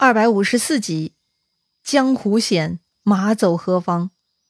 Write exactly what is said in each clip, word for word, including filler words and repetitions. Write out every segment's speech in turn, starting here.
二百五十四集，江湖险，马走何方。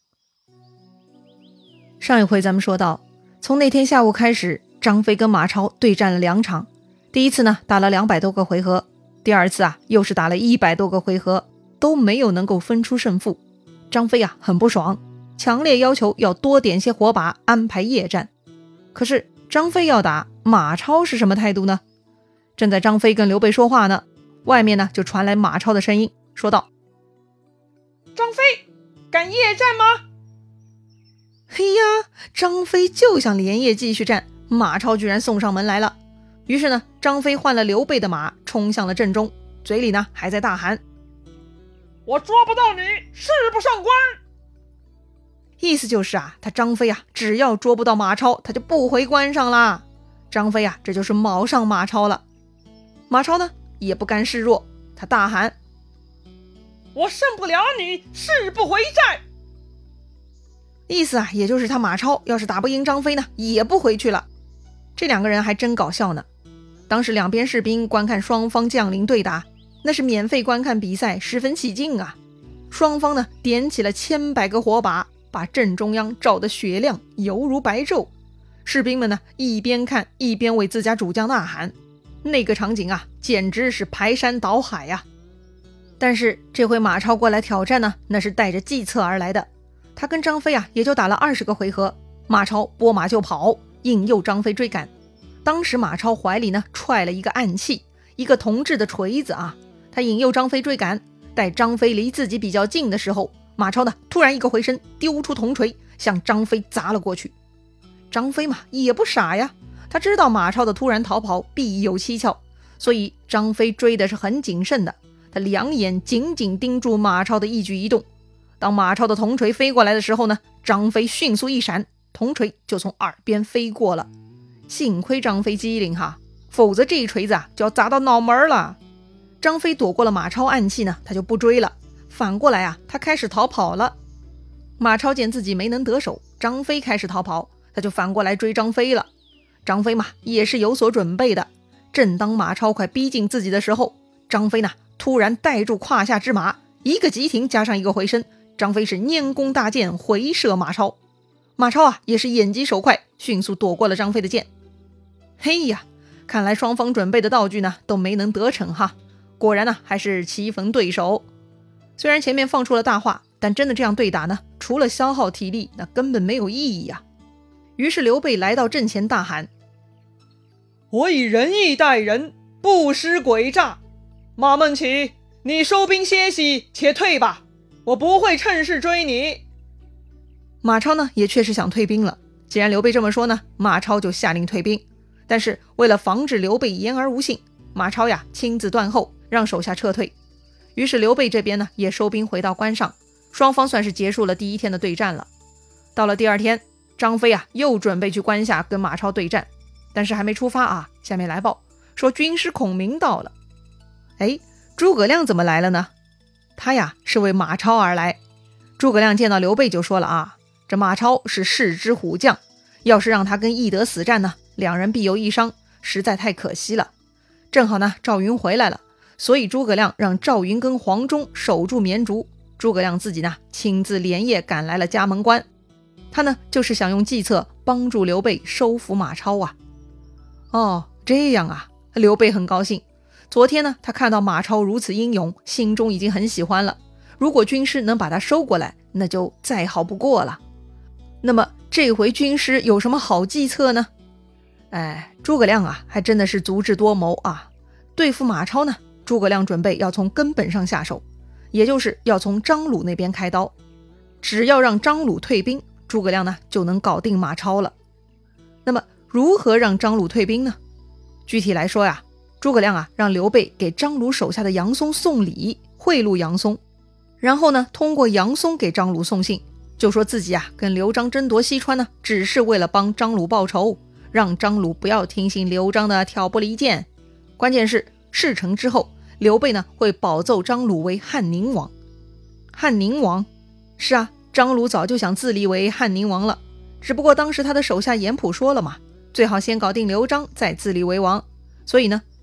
上一回咱们说到，从那天下午开始，张飞跟马超对战了两场。第一次呢，打了两百多个回合；第二次啊，又是打了一百多个回合，都没有能够分出胜负。张飞啊，很不爽，强烈要求要多点些火把，安排夜战。可是张飞要打，马超是什么态度呢？正在张飞跟刘备说话呢，外面呢就传来马超的声音，说道： 张飞，敢夜战吗？ 嘿呀，张飞就想连夜继续战，马超居然送上门来了。于是呢，张飞换了刘备的马，冲向了阵中，嘴里呢还在大喊： 我捉不到你，誓不上关。 意思就是啊，他张飞啊，只要捉不到马超，他就不回关上啦。张飞啊，这就是卯上马超了。马超呢也不甘示弱，他大喊： 我胜不了你，誓不回寨。 意思啊，也就是他马超要是打不赢张飞呢，也不回去了。这两个人还真搞笑呢。当时两边士兵观看双方将领对打，那是免费观看比赛，十分起劲啊。双方呢点起了千百个火把，把阵中央照得雪亮，犹如白昼。士兵们呢一边看一边为自家主将呐喊，那个场景啊简直是排山倒海呀、啊。但是这回马超过来挑战呢，那是带着计策而来的。他跟张飞啊也就打了二十个回合，马超拨马就跑，引诱张飞追赶。当时马超怀里呢揣了一个暗器，一个铜制的锤子啊，他引诱张飞追赶。待张飞离自己比较近的时候，马超呢突然一个回身，丢出铜锤向张飞砸了过去。张飞嘛也不傻呀，他知道马超的突然逃跑必有蹊跷，所以张飞追的是很谨慎的，他两眼紧紧盯住马超的一举一动。当马超的铜锤飞过来的时候呢，张飞迅速一闪，铜锤就从耳边飞过了。幸亏张飞机灵哈，否则这一锤子啊就要砸到脑门了。张飞躲过了马超暗器呢，他就不追了，反过来啊，他开始逃跑了。马超见自己没能得手，张飞开始逃跑，他就反过来追张飞了。张飞嘛也是有所准备的，正当马超快逼近自己的时候，张飞呢突然带住胯下之马，一个急停加上一个回身，张飞是拈弓搭箭回射马超。马超啊也是眼疾手快，迅速躲过了张飞的箭。嘿呀，看来双方准备的道具呢都没能得逞哈，果然呢还是棋逢对手。虽然前面放出了大话，但真的这样对打呢，除了消耗体力，那根本没有意义呀、啊。于是刘备来到阵前大喊： 我以仁义待人，不施诡诈。马孟起，你收兵歇息，且退吧，我不会趁势追你。 马超呢也确实想退兵了，既然刘备这么说呢，马超就下令退兵。但是为了防止刘备言而无信，马超呀亲自断后，让手下撤退。于是刘备这边呢也收兵回到关上，双方算是结束了第一天的对战了。到了第二天，张飞啊又准备去关下跟马超对战，但是还没出发啊，下面来报说军师孔明到了。哎，诸葛亮怎么来了呢？他呀是为马超而来。诸葛亮见到刘备就说了啊，这马超是世之虎将，要是让他跟翼德死战呢，两人必有一伤，实在太可惜了。正好呢赵云回来了，所以诸葛亮让赵云跟黄忠守住绵竹，诸葛亮自己呢亲自连夜赶来了嘉门关。他呢就是想用计策帮助刘备收服马超啊。哦，这样啊，刘备很高兴。昨天呢他看到马超如此英勇，心中已经很喜欢了，如果军师能把他收过来，那就再好不过了。那么这回军师有什么好计策呢？哎，诸葛亮啊还真的是足智多谋啊。对付马超呢，诸葛亮准备要从根本上下手，也就是要从张鲁那边开刀。只要让张鲁退兵，诸葛亮呢就能搞定马超了。那么如何让张鲁退兵呢？具体来说呀，诸葛亮啊让刘备给张鲁手下的杨松送礼，贿赂杨松，然后呢通过杨松给张鲁送信，就说自己啊跟刘璋争夺西川呢，只是为了帮张鲁报仇，让张鲁不要听信刘璋的挑拨离间。关键是事成之后，刘备呢会保奏张鲁为汉宁王。汉宁王？是啊，张鲁早就想自立为汉宁王了，只不过当时他的手下严普说了嘛，最好先搞定刘璋，再自立为王。所以呢，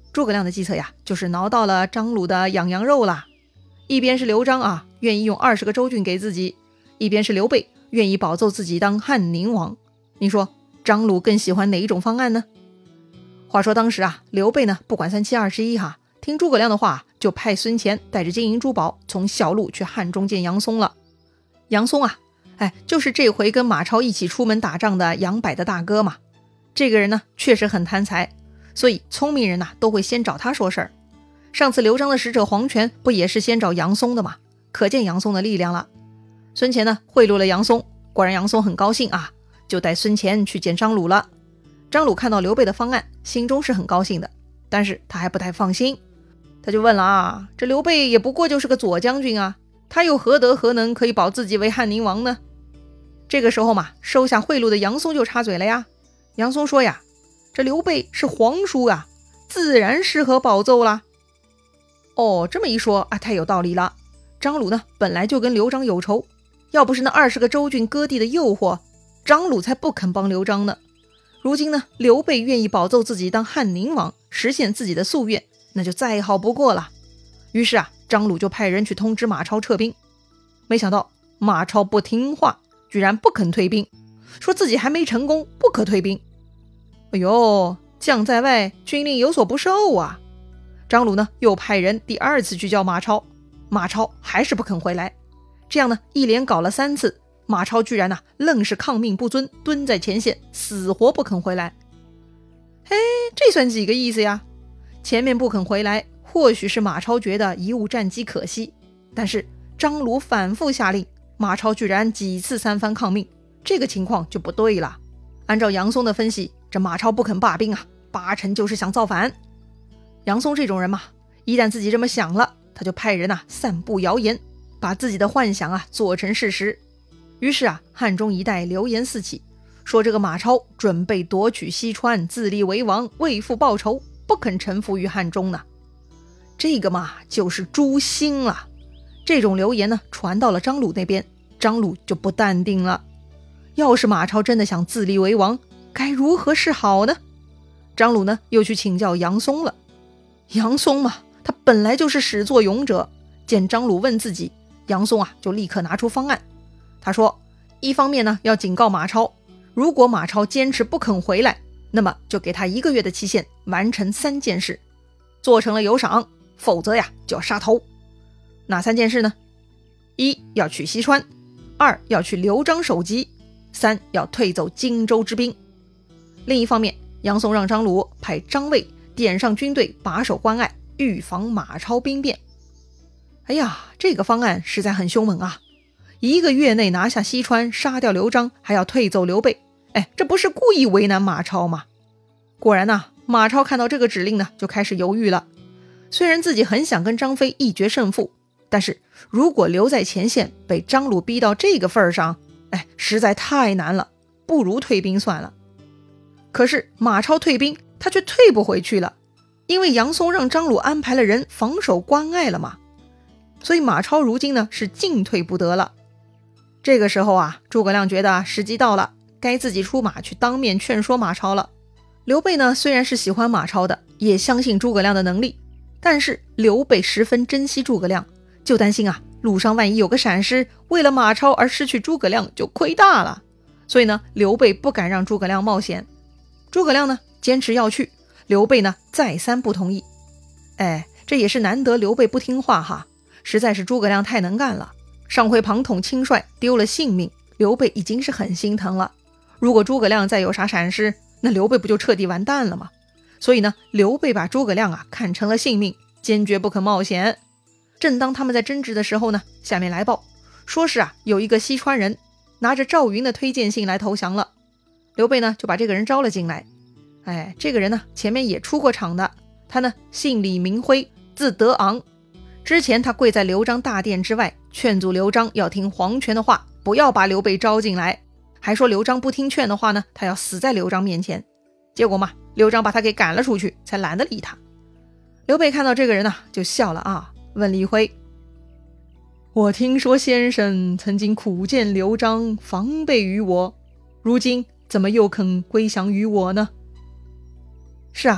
诸葛亮的计策呀，就是挠到了张鲁的痒痒肉啦。一边是刘璋啊，愿意用二十个州郡给自己，一边是刘备愿意保奏自己当汉宁王。你说张鲁更喜欢哪一种方案呢？话说当时啊，刘备呢不管三七二十一哈，听诸葛亮的话，就派孙乾带着金银珠宝从小路去汉中见杨松了。杨松啊，哎，就是这回跟马超一起出门打仗的杨柏的大哥嘛。这个人呢确实很贪财，所以聪明人呐、啊、都会先找他说事儿。上次刘璋的使者黄权不也是先找杨松的吗？可见杨松的力量了。孙乾呢贿赂了杨松，果然杨松很高兴啊，就带孙乾去见张鲁了。张鲁看到刘备的方案，心中是很高兴的，但是他还不太放心。他就问了啊，这刘备也不过就是个左将军啊，他又何德何能可以保自己为汉宁王呢？这个时候嘛，收下贿赂的杨松就插嘴了呀。杨松说呀，这刘备是皇叔啊，自然适合保奏啦。哦，这么一说啊，太有道理了。张鲁呢本来就跟刘璋有仇，要不是那二十个州郡割地的诱惑，张鲁才不肯帮刘璋呢。如今呢，刘备愿意保奏自己当汉宁王，实现自己的夙愿，那就再好不过了。于是啊，张鲁就派人去通知马超撤兵。没想到马超不听话，居然不肯退兵，说自己还没成功，不可退兵。哎呦，将在外，军令有所不受啊。张鲁呢又派人第二次去叫马超，马超还是不肯回来。这样呢一连搞了三次，马超居然啊愣是抗命不遵，蹲在前线，死活不肯回来。嘿，这算几个意思呀？前面不肯回来，或许是马超觉得贻误战机可惜，但是张鲁反复下令，马超居然几次三番抗命，这个情况就不对了。按照杨松的分析，这马超不肯罢兵啊，八成就是想造反。杨松这种人嘛，一旦自己这么想了，他就派人啊散布谣言，把自己的幻想啊做成事实。于是啊，汉中一带流言四起，说这个马超准备夺取西川，自立为王，为父报仇，不肯臣服于汉中呢。这个嘛，就是诛心了。这种流言呢，传到了张鲁那边，张鲁就不淡定了。要是马超真的想自立为王，该如何是好呢？张鲁呢，又去请教杨松了。杨松嘛，他本来就是始作俑者，见张鲁问自己，杨松啊就立刻拿出方案。他说，一方面呢要警告马超，如果马超坚持不肯回来，那么就给他一个月的期限，完成三件事，做成了有赏，否则呀就要杀头。哪三件事呢？一要去西川，二要去刘璋首级，三要退走荆州之兵。另一方面，杨松让张鲁派张卫点上军队，把守关隘，预防马超兵变。哎呀，这个方案实在很凶猛啊！一个月内拿下西川，杀掉刘璋，还要退走刘备，哎，这不是故意为难马超吗？果然呐、啊，马超看到这个指令呢，就开始犹豫了。虽然自己很想跟张飞一决胜负，但是如果留在前线，被张鲁逼到这个份上，哎，实在太难了，不如退兵算了。可是马超退兵，他却退不回去了，因为杨松让张鲁安排了人防守关隘了嘛，所以马超如今呢是进退不得了。这个时候啊，诸葛亮觉得时机到了，该自己出马去当面劝说马超了。刘备呢虽然是喜欢马超的，也相信诸葛亮的能力，但是刘备十分珍惜诸葛亮，就担心啊路上万一有个闪失，为了马超而失去诸葛亮就亏大了。所以呢，刘备不敢让诸葛亮冒险。诸葛亮呢坚持要去，刘备呢再三不同意。哎，这也是难得刘备不听话哈，实在是诸葛亮太能干了。上回庞统轻率丢了性命，刘备已经是很心疼了。如果诸葛亮再有啥闪失，那刘备不就彻底完蛋了吗？所以呢，刘备把诸葛亮啊看成了性命，坚决不肯冒险。正当他们在争执的时候呢，下面来报说是啊有一个西川人拿着赵云的推荐信来投降了。刘备呢就把这个人招了进来。哎，这个人呢前面也出过场的，他呢姓李名辉，字德昂。之前他跪在刘璋大殿之外，劝阻刘璋要听黄权的话，不要把刘备招进来，还说刘璋不听劝的话呢，他要死在刘璋面前。结果嘛，刘璋把他给赶了出去，才懒得理他。刘备看到这个人呢，就笑了啊，问李辉，我听说先生曾经苦谏刘璋防备于我，如今怎么又肯归降于我呢？是啊，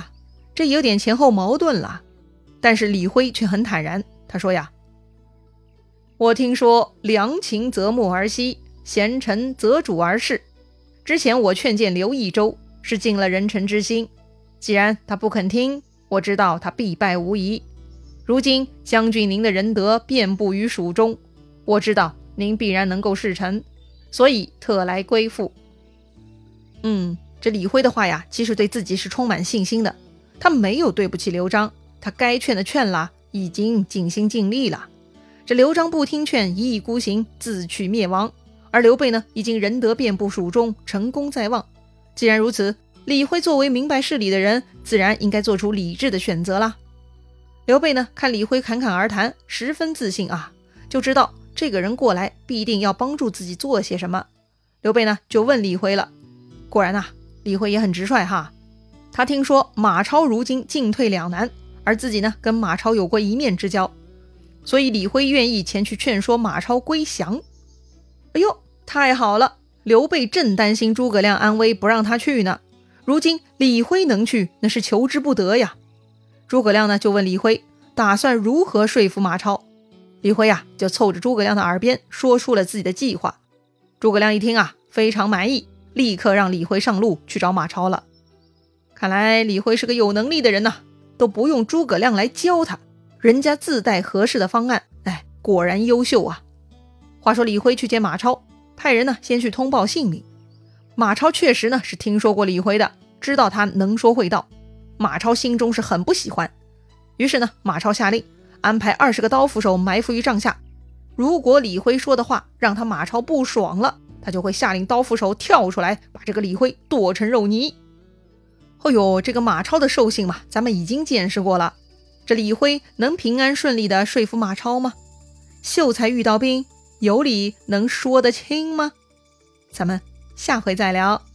这有点前后矛盾了。但是李辉却很坦然，他说呀，我听说良禽择木而栖，贤臣择主而事。之前我劝谏刘益州，是尽了人臣之心，既然他不肯听，我知道他必败无疑。如今将军您的仁德遍布于蜀中，我知道您必然能够事成，所以特来归附。嗯，这李辉的话呀，其实对自己是充满信心的，他没有对不起刘璋，他该劝的劝了，已经尽心尽力了。这刘璋不听劝，一意孤行，自取灭亡，而刘备呢，已经仁德遍布蜀中，成功在望。既然如此，李辉作为明白事理的人，自然应该做出理智的选择啦。刘备呢，看李辉侃侃而谈，十分自信啊，就知道这个人过来必定要帮助自己做些什么。刘备呢，就问李辉了。果然啊，李辉也很直率哈。他听说马超如今进退两难，而自己呢，跟马超有过一面之交，所以李辉愿意前去劝说马超归降。哎呦，太好了，刘备正担心诸葛亮安危不让他去呢，如今李辉能去，那是求之不得呀。诸葛亮呢，就问李辉打算如何说服马超。李辉啊，就凑着诸葛亮的耳边说出了自己的计划。诸葛亮一听啊，非常满意，立刻让李辉上路去找马超了。看来李辉是个有能力的人呐、啊，都不用诸葛亮来教他，人家自带合适的方案，哎，果然优秀啊。话说李辉去见马超，派人呢先去通报姓名。马超确实呢是听说过李辉的，知道他能说会道，马超心中是很不喜欢。于是呢，马超下令安排二十个刀斧手埋伏于帐下，如果李辉说的话让他马超不爽了，他就会下令刀斧手跳出来把这个李辉剁成肉泥。哦呦，这个马超的兽性嘛，咱们已经见识过了，这李辉能平安顺利的说服马超吗？秀才遇到兵，有理能说得清吗？咱们下回再聊。